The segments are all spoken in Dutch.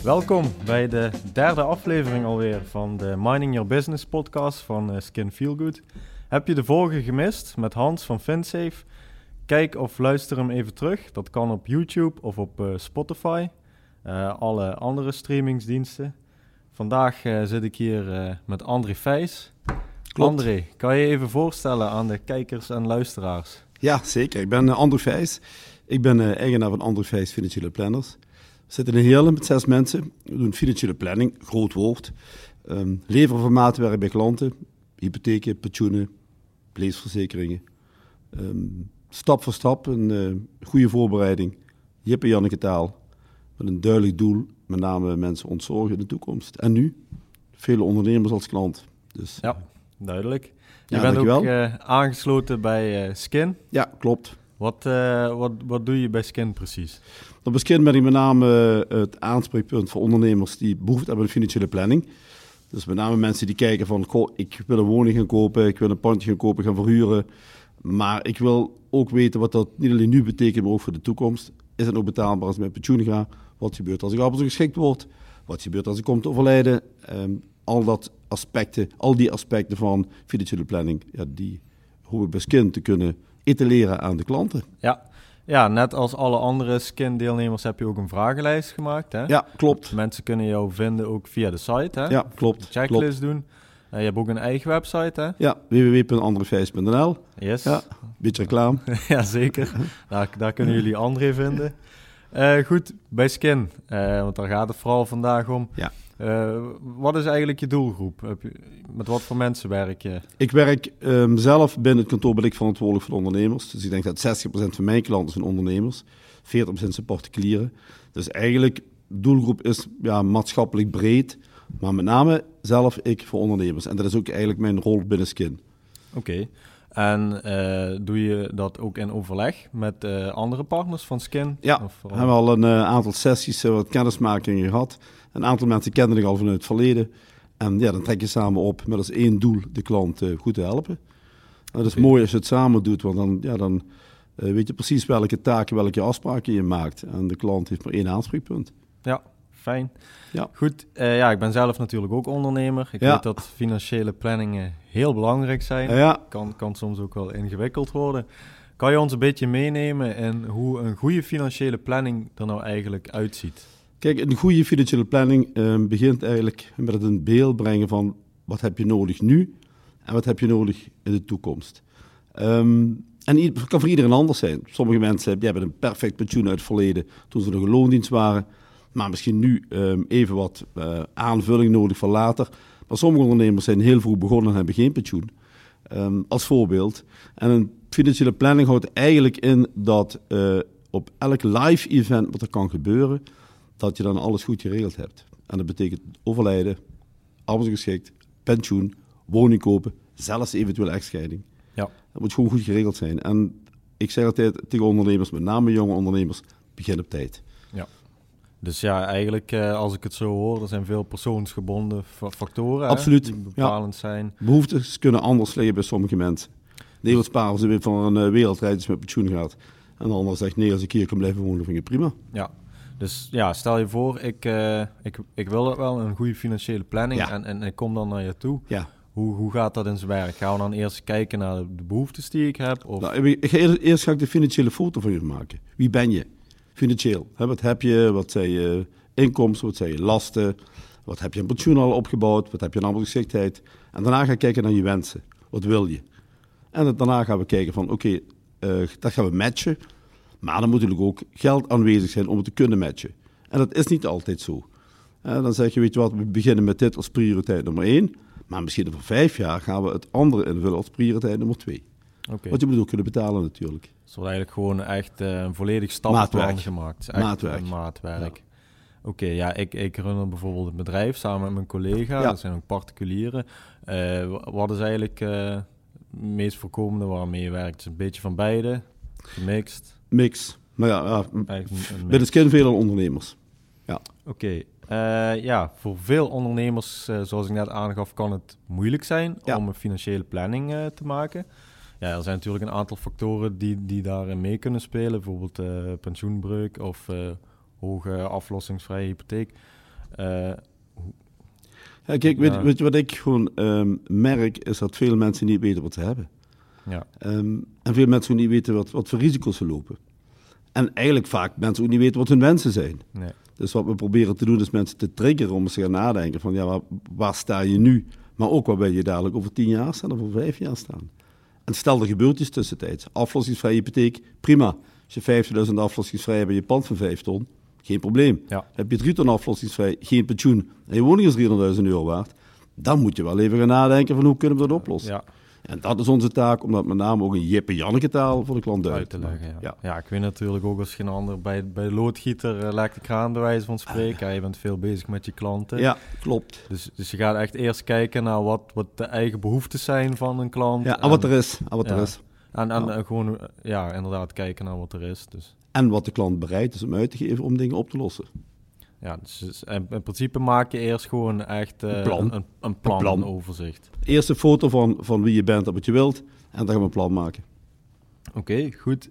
Welkom bij de derde aflevering alweer van de Mining Your Business podcast van Skin Feel Good. Heb je de vorige gemist met Hans van FinSafe? Kijk of luister hem even terug. Dat kan op YouTube of op Spotify. Alle andere streamingsdiensten. Vandaag zit ik hier met André Vijs. Klopt. André, kan je even voorstellen aan de kijkers en luisteraars? Ja, zeker. Ik ben André Vijs. Ik ben eigenaar van André Vijs Financiële Planners. We zitten in Heerlen met 6 mensen. We doen financiële planning, groot woord. Leveren van maatwerk bij klanten. Hypotheken, pensioenen, leesverzekeringen. Stap voor stap een goede voorbereiding. Jip en Janneke taal. Met een duidelijk doel. Met name mensen ontzorgen in de toekomst. En nu? Vele ondernemers als klant. Dus, ja, duidelijk. Je bent ook aangesloten bij Skin. Ja, klopt. Wat doe je bij Skin precies? Bij Skin ben ik met name het aanspreekpunt voor ondernemers die behoefte hebben aan financiële planning. Dus met name mensen die kijken van, ik wil een woning gaan kopen, ik wil een pandje gaan kopen, gaan verhuren. Maar ik wil ook weten wat dat niet alleen nu betekent, maar ook voor de toekomst. Is het ook betaalbaar als ik met pensioen ga? Wat gebeurt als ik arbeidsongeschikt word? Wat gebeurt als ik kom te overlijden? Al die aspecten van financiële planning, ja, die hoop ik bij Skin te kunnen etaleren aan de klanten. Ja, net als alle andere Skin-deelnemers heb je ook een vragenlijst gemaakt, hè? Ja, klopt. Mensen kunnen jou vinden ook via de site, hè? Ja, klopt. Checklist doen. Je hebt ook een eigen website, hè? Ja, www.andrevijs.nl. Yes. Ja, beetje reclame. Ja, zeker. Daar kunnen jullie André vinden. Goed, bij Skin, want daar gaat het vooral vandaag om. Ja. Wat is eigenlijk je doelgroep? Met wat voor mensen werk je? Ik werk zelf binnen het kantoor ben ik verantwoordelijk voor de ondernemers. Dus ik denk dat 60% van mijn klanten zijn ondernemers. 40% zijn particulieren. Dus eigenlijk, de doelgroep is maatschappelijk breed. Maar met name zelf ik voor ondernemers. En dat is ook eigenlijk mijn rol binnen Skin. Oké. En doe je dat ook in overleg met andere partners van Skin? Ja, we hebben al een aantal sessies, wat kennismakingen gehad. Een aantal mensen kennen ik al vanuit het verleden. En ja, dan trek je samen op met als één doel de klant goed te helpen. En dat is mooi als je het samen doet, want dan weet je precies welke taken, welke afspraken je maakt. En de klant heeft maar één aanspreekpunt. Ja, fijn. Ja. Goed, ik ben zelf natuurlijk ook ondernemer. Ik weet dat financiële planningen heel belangrijk zijn. Ja. Kan soms ook wel ingewikkeld worden. Kan je ons een beetje meenemen in hoe een goede financiële planning er nou eigenlijk uitziet? Kijk, een goede financiële planning begint eigenlijk met het in beeld brengen van wat heb je nodig nu en wat heb je nodig in de toekomst. En het kan voor iedereen anders zijn. Sommige mensen hebben een perfect pensioen uit het verleden toen ze nog een loondienst waren, maar misschien nu even wat aanvulling nodig voor later. Maar sommige ondernemers zijn heel vroeg begonnen en hebben geen pensioen. Als voorbeeld. En een financiële planning houdt eigenlijk in dat op elk live event wat er kan gebeuren, dat je dan alles goed geregeld hebt. En dat betekent overlijden, arbeidsongeschikt, pensioen, woning kopen, zelfs eventueel echtscheiding. Ja. Dat moet gewoon goed geregeld zijn. En ik zeg altijd tegen ondernemers, met name jonge ondernemers, begin op tijd. Ja. Dus ja, eigenlijk als ik het zo hoor, er zijn veel persoonsgebonden factoren. Absoluut. Die bepalend zijn. Behoeftes kunnen anders liggen bij sommige mensen. De ene spaar ze weer van een wereldreis met pensioen gaat. En de ander zegt, nee, als ik hier kan blijven wonen, vind ik het prima. Ja. Dus ja, stel je voor, ik wil dat wel, een goede financiële planning en ik kom dan naar je toe. Ja. Hoe gaat dat in zijn werk? Gaan we dan eerst kijken naar de behoeftes die ik heb? Of? Nou, eerst ga ik de financiële foto van je maken. Wie ben je? Financieel. Wat heb je? Wat zijn je inkomsten? Wat zijn je lasten? Wat heb je een pensioen al opgebouwd? Wat heb je een arbeidsgeschiktheid? En daarna ga ik kijken naar je wensen. Wat wil je? En daarna gaan we kijken van, oké, dat gaan we matchen. Maar dan moet natuurlijk ook geld aanwezig zijn om het te kunnen matchen. En dat is niet altijd zo. Dan zeg je, weet je wat, we beginnen met dit als prioriteit nummer 1. Maar misschien over 5 jaar gaan we het andere invullen als prioriteit nummer 2. Okay. Want je moet ook kunnen betalen natuurlijk. Dus wordt eigenlijk gewoon echt een volledig stappenplan gemaakt. Echt maatwerk. Maatwerk. Ja. Oké, ik run bijvoorbeeld een bedrijf samen met mijn collega. Dat zijn ook particulieren. Wat is eigenlijk het meest voorkomende waarmee je werkt? Dus een beetje van beide? Mix. Maar ja, binnen Skin vele ondernemers. Ja. Oké. Voor veel ondernemers, zoals ik net aangaf, kan het moeilijk zijn om een financiële planning te maken. Ja, er zijn natuurlijk een aantal factoren die daarin mee kunnen spelen. Bijvoorbeeld pensioenbreuk of hoge aflossingsvrije hypotheek. Ja, kijk, weet je wat ik gewoon merk, is dat veel mensen niet weten wat ze hebben. Ja. En veel mensen ook niet weten wat voor risico's ze lopen. En eigenlijk vaak mensen ook niet weten wat hun wensen zijn. Nee. Dus wat we proberen te doen is mensen te triggeren om eens te gaan nadenken van ja, waar sta je nu? Maar ook waar wil je dadelijk over 10 jaar staan of over 5 jaar staan? En stel er gebeurt iets tussentijds. Aflossingsvrije hypotheek, prima. Als je 50.000 aflossingsvrij hebt bij je pand van 5 ton, geen probleem. Ja. Heb je 3 ton aflossingsvrij, geen pensioen en je woning is €300.000 waard, dan moet je wel even gaan nadenken van hoe kunnen we dat oplossen. Ja. En dat is onze taak, om dat met name ook in Jippe-Janneke taal voor de klant uit te leggen. Ja, ik weet natuurlijk ook als geen ander bij de loodgieter lekt de kraan bij wijze van spreken. Je bent veel bezig met je klanten. Ja, klopt. Dus je gaat echt eerst kijken naar wat de eigen behoeftes zijn van een klant. Ja, en wat er is. En gewoon inderdaad kijken naar wat er is. Dus. En wat de klant bereid is om uit te geven om dingen op te lossen. Ja, dus in principe maak je eerst gewoon echt een plan, een overzicht. Eerst een foto van wie je bent en wat je wilt. En dan gaan we een plan maken. Oké, goed.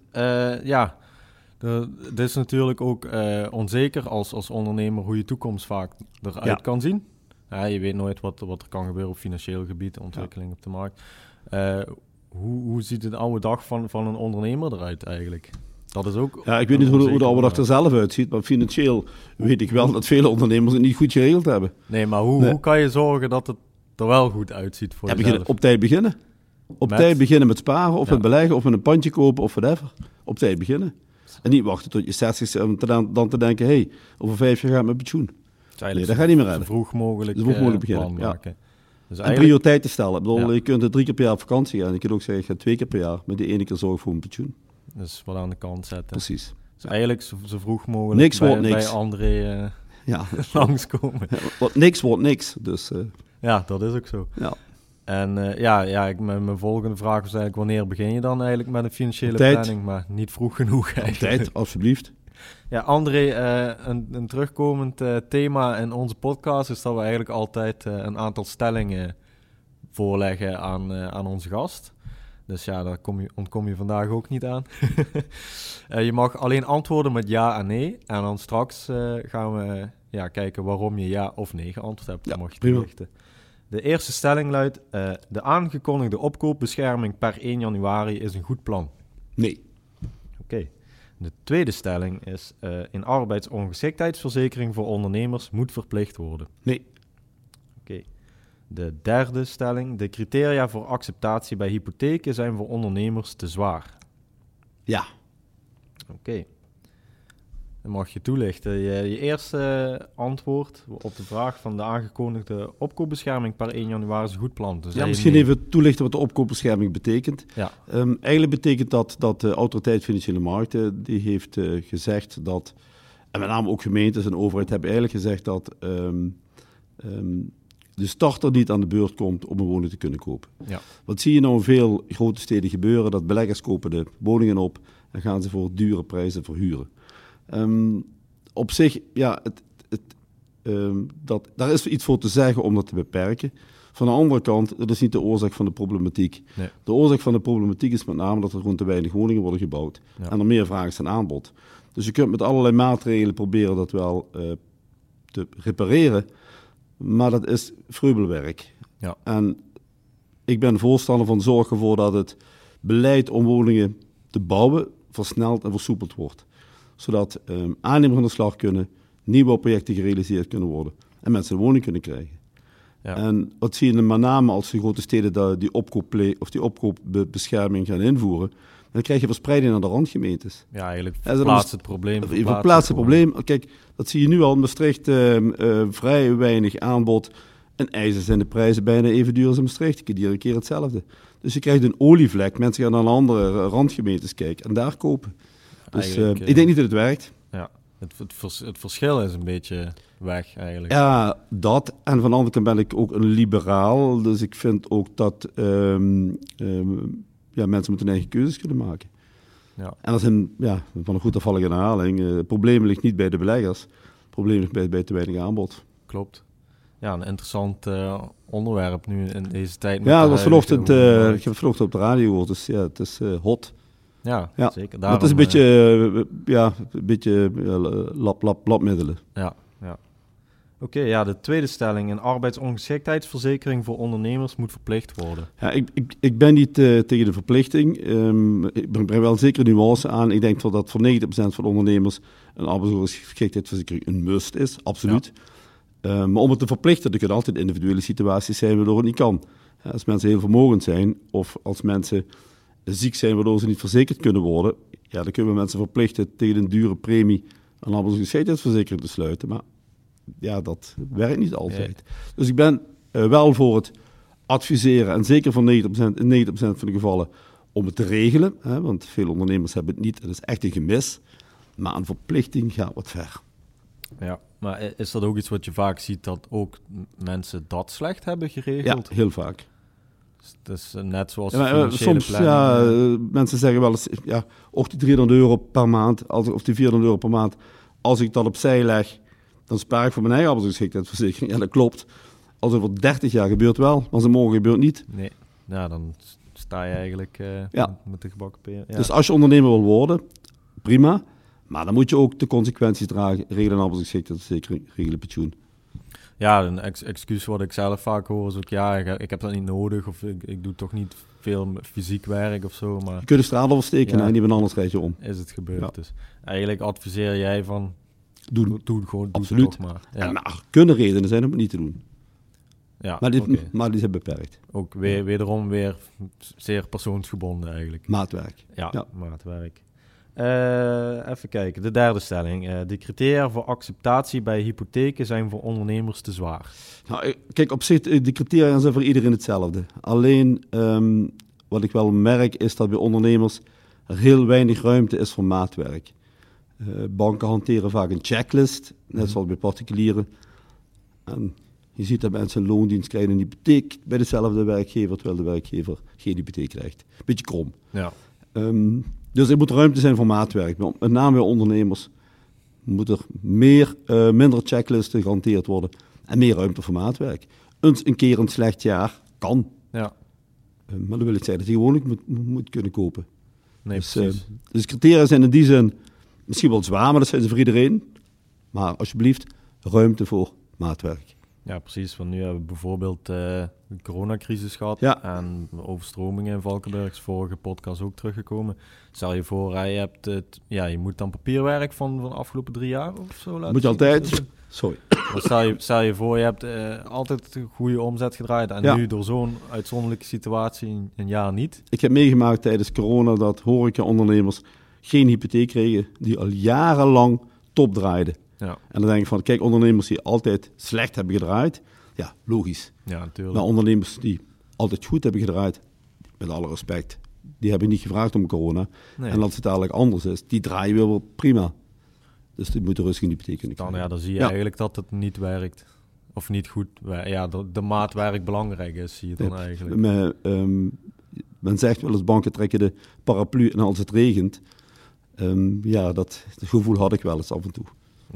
Het is natuurlijk ook onzeker als ondernemer hoe je toekomst vaak eruit kan zien. Je weet nooit wat er kan gebeuren op financieel gebied, ontwikkeling op de markt. Hoe ziet de oude dag van een ondernemer eruit eigenlijk? Dat is ook. Ja, ik weet niet hoe de oude dag er zelf uitziet, maar financieel weet ik wel dat vele ondernemers het niet goed geregeld hebben. Nee, maar hoe kan je zorgen dat het er wel goed uitziet voor jezelf? Op tijd beginnen. Tijd beginnen met sparen, of met beleggen, of met een pandje kopen, of whatever. Op tijd beginnen. En niet wachten tot je 60 is om dan te denken, over 5 jaar ga ik met pensioen. Nee, dat gaat niet meer redden. Zo vroeg mogelijk beginnen. Maken. Dus en prioriteiten stellen. Ik bedoel, je kunt er 3 keer per jaar op vakantie gaan. Je kunt ook zeggen, ik ga 2 keer per jaar, met die 1 keer zorg voor een pensioen. Dus wat aan de kant zetten. Precies. Dus eigenlijk zo vroeg mogelijk bij André langskomen. Niks wordt niks. Dus, ja, dat is ook zo. Ja. En mijn volgende vraag was eigenlijk, wanneer begin je dan eigenlijk met een financiële planning? Maar niet vroeg genoeg eigenlijk. Tijd, alsjeblieft. Ja, André, een terugkomend thema in onze podcast is dat we eigenlijk altijd een aantal stellingen voorleggen aan onze gast. Dus ja, daar ontkom je vandaag ook niet aan. Je mag alleen antwoorden met ja en nee. En dan straks gaan we kijken waarom je ja of nee geantwoord hebt. Dan mag je toelichten. De eerste stelling luidt, de aangekondigde opkoopbescherming per 1 januari is een goed plan. Nee. Oké. De tweede stelling is, een arbeidsongeschiktheidsverzekering voor ondernemers moet verplicht worden. Nee. Oké. De derde stelling, de criteria voor acceptatie bij hypotheken zijn voor ondernemers te zwaar. Ja. Oké. Dan mag je toelichten. Je eerste antwoord op de vraag van de aangekondigde opkoopbescherming per 1 januari is een goed plan. Dus misschien even toelichten wat de opkoopbescherming betekent. Ja. Eigenlijk betekent dat de Autoriteit Financiële Markten, die heeft gezegd dat, en met name ook gemeentes en overheid hebben eigenlijk gezegd dat de starter niet aan de beurt komt om een woning te kunnen kopen. Ja. Wat zie je nou in veel grote steden gebeuren? Dat beleggers kopen de woningen op en gaan ze voor dure prijzen verhuren. Op zich, daar is iets voor te zeggen om dat te beperken. Van de andere kant, dat is niet de oorzaak van de problematiek. Nee. De oorzaak van de problematiek is met name dat er gewoon te weinig woningen worden gebouwd. Ja. En er meer vraag is dan aanbod. Dus je kunt met allerlei maatregelen proberen dat wel te repareren. Maar dat is vreubelwerk. Ja. En ik ben voorstander van zorg ervoor dat het beleid om woningen te bouwen versneld en versoepeld wordt. Zodat aannemers aan de slag kunnen, nieuwe projecten gerealiseerd kunnen worden en mensen een woning kunnen krijgen. Ja. En wat zie je met name als de grote steden die opkoopbescherming gaan invoeren, dan krijg je verspreiding naar de randgemeentes. Ja, eigenlijk verplaatst het probleem. Je verplaatst het probleem. Kijk, dat zie je nu al in Maastricht, vrij weinig aanbod. En IJzer zijn de prijzen bijna even duur als in Maastricht. Iedere keer hetzelfde. Dus je krijgt een olievlek. Mensen gaan naar andere randgemeentes kijken en daar kopen. Dus ik denk niet dat het werkt. Ja, het verschil is een beetje weg eigenlijk. Ja, dat. En van de andere kant ben ik ook een liberaal. Dus ik vind ook dat mensen moeten eigen keuzes kunnen maken. Ja. En dat is van een goed afvallige herhaling. Het probleem ligt niet bij de beleggers. Het probleem ligt bij te weinig aanbod. Klopt. Ja, een interessant onderwerp nu in deze tijd. Ja, dat was vanochtend, ik heb het vanochtend op de radio gehoord. Dus ja, het is hot. Ja, zeker. Daarom, het is een beetje labmiddelen. Ja. Oké, ja, de tweede stelling. Een arbeidsongeschiktheidsverzekering voor ondernemers moet verplicht worden. Ja, ik ben niet tegen de verplichting. Ik breng wel zeker nuance aan. Ik denk dat voor 90% van de ondernemers een arbeidsongeschiktheidsverzekering een must is, absoluut. Ja. Maar om het te verplichten, er kunnen altijd individuele situaties zijn waardoor het niet kan. Als mensen heel vermogend zijn of als mensen ziek zijn waardoor ze niet verzekerd kunnen worden, ja, dan kunnen we mensen verplichten tegen een dure premie een arbeidsongeschiktheidsverzekering te sluiten. Maar ja, dat werkt niet altijd. Nee. Dus ik ben wel voor het adviseren, en zeker voor 90%, in 90% van de gevallen, om het te regelen. Hè, want veel ondernemers hebben het niet. Het is echt een gemis. Maar een verplichting gaat wat ver. Ja, maar is dat ook iets wat je vaak ziet, dat ook mensen dat slecht hebben geregeld? Ja, heel vaak. Dus net zoals soms, mensen zeggen wel eens, ja, of die €300 per maand, of die €400 per maand, als ik dat opzij leg, dan spaar ik voor mijn eigen arbeidsongeschiktheidsverzekering. Ja, dat klopt. Als het voor 30 jaar gebeurt wel, maar als het morgen gebeurt niet. Nee, nou, dan sta je eigenlijk met de gebakken peren. Ja. Dus als je ondernemer wil worden, prima. Maar dan moet je ook de consequenties dragen. Regelen arbeidsongeschiktheidsverzekering, regelen pensioen. Ja, een excuus wat ik zelf vaak hoor is ook, ja, ik heb dat niet nodig. Of ik doe toch niet veel fysiek werk of zo. Maar je kunt de straat oversteken en iemand anders rijdt je om. Is het gebeurd. Ja. Dus eigenlijk adviseer jij van, doe gewoon, absoluut. Doe toch maar. Ja. En maar kunnen redenen zijn om het niet te doen. Ja, maar die zijn beperkt. Ook wederom weer zeer persoonsgebonden eigenlijk. Maatwerk. Ja. Maatwerk. Even kijken, de derde stelling. De criteria voor acceptatie bij hypotheken zijn voor ondernemers te zwaar. Nou, kijk, op zich, de criteria zijn voor iedereen hetzelfde. Alleen, wat ik wel merk, is dat bij ondernemers er heel weinig ruimte is voor maatwerk. Banken hanteren vaak een checklist, net zoals bij particulieren. En je ziet dat mensen een loondienst krijgen, een hypotheek bij dezelfde werkgever, terwijl de werkgever geen hypotheek krijgt. Beetje krom. Ja. Dus er moet ruimte zijn voor maatwerk. Met name bij ondernemers moet er minder checklisten gehanteerd worden en meer ruimte voor maatwerk. Een keer een slecht jaar kan. Ja. Maar dat wil ik zeggen dat je gewoon moet kunnen kopen. Nee, precies. Dus criteria zijn in die zin misschien wel zwaar, maar dat zijn ze voor iedereen. Maar alsjeblieft, ruimte voor maatwerk. Ja, precies. Want nu hebben we bijvoorbeeld de coronacrisis gehad. Ja. En overstromingen in Valkenburg is vorige podcast ook teruggekomen. Stel je voor, je moet dan papierwerk van de afgelopen 3 jaar of zo laten moet je zien. altijd. Sorry. Stel je voor, je hebt altijd een goede omzet gedraaid. En nu door zo'n uitzonderlijke situatie een jaar niet. Ik heb meegemaakt tijdens corona dat horeca-ondernemers geen hypotheek kregen die al jarenlang top draaiden. Ja. En dan denk ik van, kijk, ondernemers die altijd slecht hebben gedraaid, ja, logisch. Ja, natuurlijk. Maar ondernemers die altijd goed hebben gedraaid, met alle respect, die hebben niet gevraagd om corona. Nee. En als het dadelijk anders is, die draaien weer wel prima. Dus die moeten rustig in die hypotheek kunnen krijgen. Dan zie je eigenlijk dat het niet werkt. Of niet goed. Ja, de maatwerk belangrijk is, zie je dan eigenlijk. Men zegt wel eens, banken trekken de paraplu en als het regent. Dat gevoel had ik wel eens af en toe.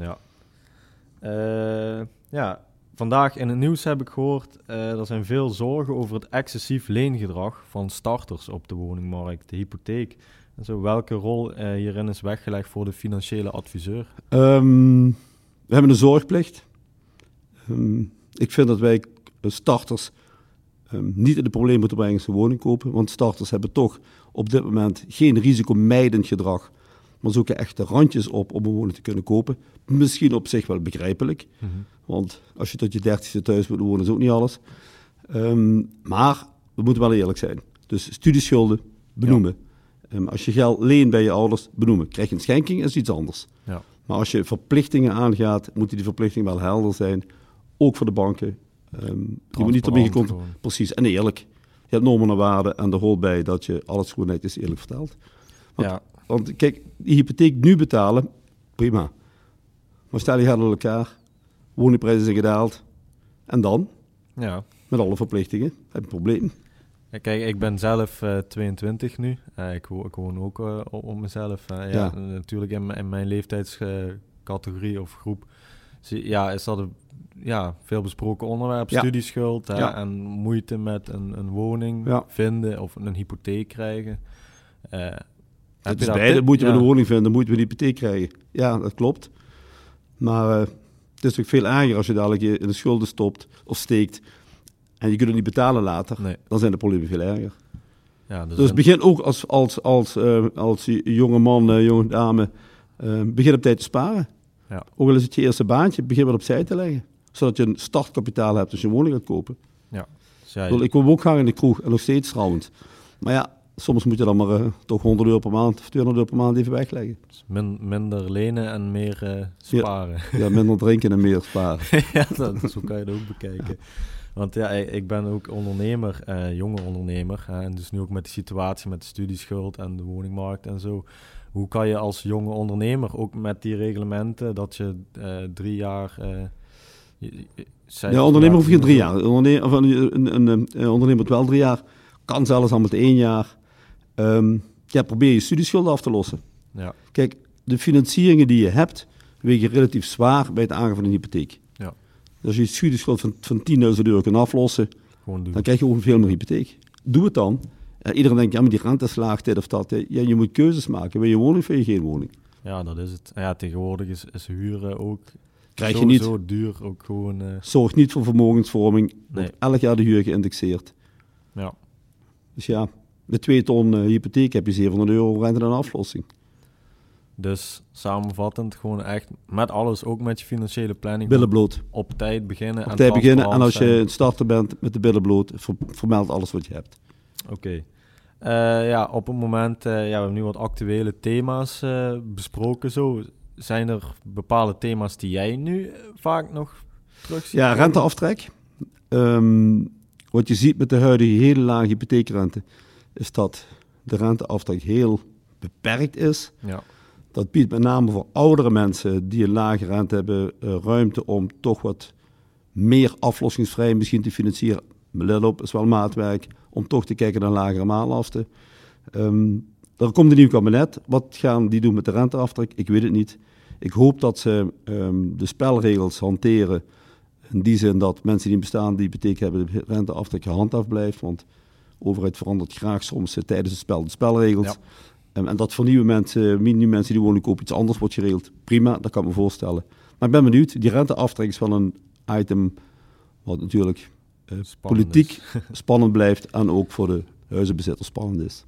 Ja. Vandaag in het nieuws heb ik gehoord, er zijn veel zorgen over het excessief leengedrag van starters op de woningmarkt, de hypotheek. En zo, welke rol hierin is weggelegd voor de financiële adviseur? We hebben een zorgplicht. Ik vind dat wij starters niet in de probleem moeten brengen als ze woning kopen, want starters hebben toch op dit moment geen risicomijdend gedrag, maar zoeken echt de randjes op om een woning te kunnen kopen. Misschien op zich wel begrijpelijk, want als je tot je 30ste thuis moet wonen is ook niet alles. Maar we moeten wel eerlijk zijn. Dus studieschulden benoemen. Ja. Als je geld leent bij je ouders, benoemen. Krijg je een schenking, is iets anders. Ja. Maar als je verplichtingen aangaat, moeten die verplichtingen wel helder zijn. Ook voor de banken. Die moet niet ermee geconfronteerd. Precies, en eerlijk. Je hebt normen en waarden en er hoort bij dat je alles gewoon netjes eerlijk vertelt. Want kijk, die hypotheek nu betalen, prima. Maar stel je gaat door elkaar, woningprijzen zijn gedaald. En dan? Ja. Met alle verplichtingen, heb je een probleem. Ja, kijk, ik ben zelf 22 nu. Ik woon ook op mezelf. Natuurlijk in mijn leeftijdscategorie of groep. Is dat een veel besproken onderwerp. Studieschuld en moeite met een woning vinden of een hypotheek krijgen. Het is beide. Moeten we een woning vinden, moeten we een hypotheek krijgen. Ja, dat klopt. Maar Het is ook veel erger als je dadelijk in de schulden stopt of steekt en je kunt het niet betalen later. Nee. Dan zijn de problemen veel erger. Ja, Dus begin ook als jonge man, jonge dame, begin op tijd te sparen. Ja. Ook al is het je eerste baantje, begin wat opzij te leggen. Zodat je een startkapitaal hebt als je een woning gaat kopen. Ja. Ik kom ook graag in de kroeg en nog steeds trouwens. Maar ja, soms moet je dan maar toch €100 per maand of €200 per maand even wegleggen. Dus minder lenen en meer sparen. Ja, minder drinken en meer sparen. Ja, zo kan je het ook bekijken. Want ja, ik ben ook ondernemer, jonge ondernemer. En dus nu ook met de situatie met de studieschuld en de woningmarkt en zo. Hoe kan je als jonge ondernemer, ook met die reglementen, dat je 3 jaar... Ja, ondernemer hoef je 3 jaar. Een ondernemer moet wel 3 jaar. Kan zelfs al met 1 jaar. Probeer je studieschulden af te lossen. Ja. Kijk, de financieringen die je hebt, wegen relatief zwaar bij het aangaan van een hypotheek. Ja. Dus als je studieschuld van €10.000 kan aflossen, dan krijg je ook veel meer hypotheek. Doe het dan. Iedereen denkt, ja, maar die rente is laag, dit of dat. Ja, je moet keuzes maken. Wil je woning of wil je geen woning? Ja, dat is het. Ja, tegenwoordig is huren ook krijg je niet. Zo duur. Ook gewoon, Zorg niet voor vermogensvorming. Nee. Wordt elk jaar de huur geïndexeerd. Ja. Dus ja, met 2 ton hypotheek heb je €700 rente en aflossing. Dus samenvattend, gewoon echt met alles, ook met je financiële planning. Billen bloot. Op tijd beginnen. Op tijd beginnen en als je een starter bent met de billen bloot, vermeld alles wat je hebt. Oké. Op het moment, we hebben nu wat actuele thema's besproken zo. Zijn er bepaalde thema's die jij nu vaak nog terugziet? Ja, renteaftrek. Wat je ziet met de huidige hele lage hypotheekrente, is dat de renteaftrek heel beperkt is. Ja. Dat biedt met name voor oudere mensen die een lage rente hebben ruimte om toch wat meer aflossingsvrij misschien te financieren. Let op, is wel maatwerk om toch te kijken naar lagere maandlasten. Er komt een nieuw kabinet. Wat gaan die doen met de renteaftrek? Ik weet het niet. Ik hoop dat ze de spelregels hanteren. In die zin dat mensen die een bestaande hypotheek hebben, de renteaftrek gehandhaafd blijft. Want de overheid verandert graag soms tijdens het spel de spelregels. Ja. En dat voor nieuwe mensen die woning kopen iets anders wordt geregeld. Prima, dat kan ik me voorstellen. Maar ik ben benieuwd. Die renteaftrek is wel een item wat natuurlijk politiek spannend blijft. En ook voor de huizenbezitters spannend is.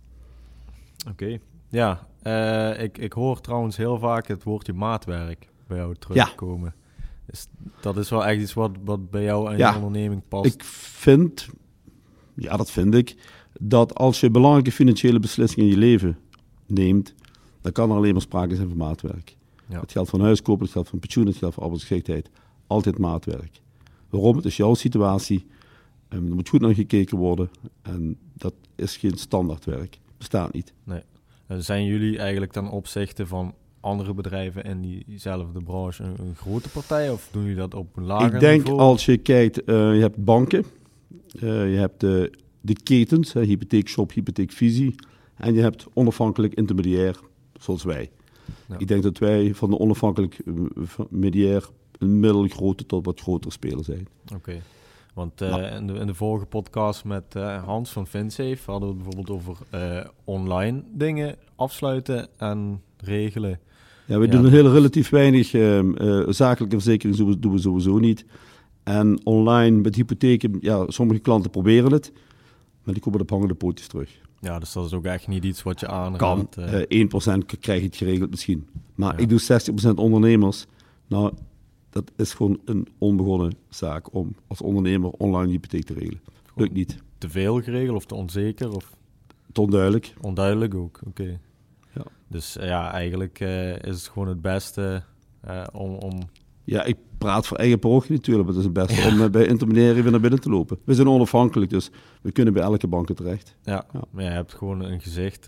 Oké. Ja, ik hoor trouwens heel vaak het woordje maatwerk bij jou terugkomen. Ja. Dus dat is wel echt iets wat bij jou en je onderneming past. Ik vind, dat vind ik, dat als je belangrijke financiële beslissingen in je leven neemt, dan kan er alleen maar sprake zijn van maatwerk. Ja. Het geldt voor huis kopen, het geldt voor pensioen, het geldt voor arbeidsgeschiktheid. Altijd maatwerk. Waarom? Het is jouw situatie. Er moet goed naar gekeken worden. En dat is geen standaardwerk. Bestaat niet. Nee. Zijn jullie eigenlijk ten opzichte van andere bedrijven in diezelfde branche een grote partij? Of doen jullie dat op een lager niveau? Ik denk als je kijkt, je hebt banken. Je hebt de ketens, hypotheekshop, hypotheekvisie. En je hebt onafhankelijk intermediair, zoals wij. Ja. Ik denk dat wij van de onafhankelijk intermediair een middelgrote tot wat grotere speler zijn. Oké. Want in de vorige podcast met Hans van Finsafe hadden we het bijvoorbeeld over online dingen afsluiten en regelen. Ja, we doen heel relatief weinig. Zakelijke verzekering doen we sowieso niet. En online met hypotheken, sommige klanten proberen het, maar die komen op hangende pootjes terug. Ja, dus dat is ook echt niet iets wat je aanraadt. Kan. 1% krijg je het geregeld misschien. Maar ik doe 60% ondernemers. Nou, dat is gewoon een onbegonnen zaak om als ondernemer online hypotheek te regelen. Lukt niet. Te veel geregeld of te onzeker? Of? Te onduidelijk. Onduidelijk ook, oké. Ja. Dus eigenlijk is het gewoon het beste om... Ja, ik praat voor eigen parochie natuurlijk, maar het is het beste om bij intermediairen weer naar binnen te lopen. We zijn onafhankelijk, dus we kunnen bij elke bank terecht. Ja, maar je hebt gewoon een gezicht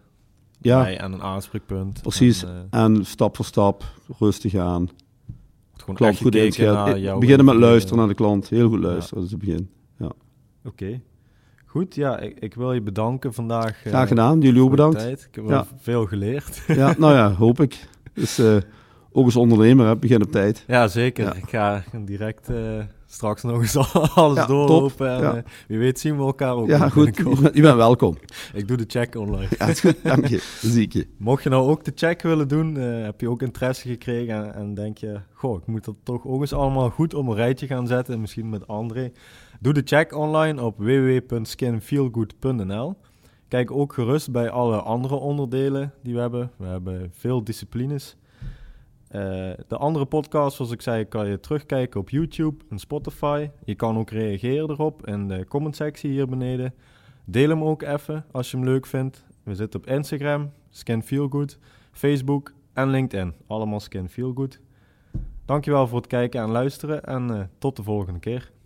bij en een aanspreekpunt. Precies, en stap voor stap, rustig aan. Gewoon klant goed inschrijven. Beginnen met luisteren naar de klant, heel goed luisteren, dat is het begin. Ja. Oké. Goed, ik wil je bedanken vandaag. Graag gedaan, jullie ook bedankt. Ik heb wel veel geleerd. Ja, hoop ik. Dus ook als ondernemer, begin op tijd. Ja, zeker. Ja. Ik ga direct straks nog eens alles doorlopen. En ja. Wie weet zien we elkaar ook. Ja, goed. Je bent welkom. Ik doe de check online. Ja, is goed. Dank je. Dat zie ik je. Mocht je nou ook de check willen doen, heb je ook interesse gekregen en denk je, goh, ik moet dat toch ook eens allemaal goed op een rijtje gaan zetten, misschien met André. Doe de check online op www.skinfeelgood.nl. Kijk ook gerust bij alle andere onderdelen die we hebben. We hebben veel disciplines. De andere podcast, zoals ik zei, kan je terugkijken op YouTube en Spotify. Je kan ook reageren erop in de commentsectie hier beneden. Deel hem ook even als je hem leuk vindt. We zitten op Instagram, SkinFeelGood, Facebook en LinkedIn. Allemaal SkinFeelGood. Dankjewel voor het kijken en luisteren en tot de volgende keer.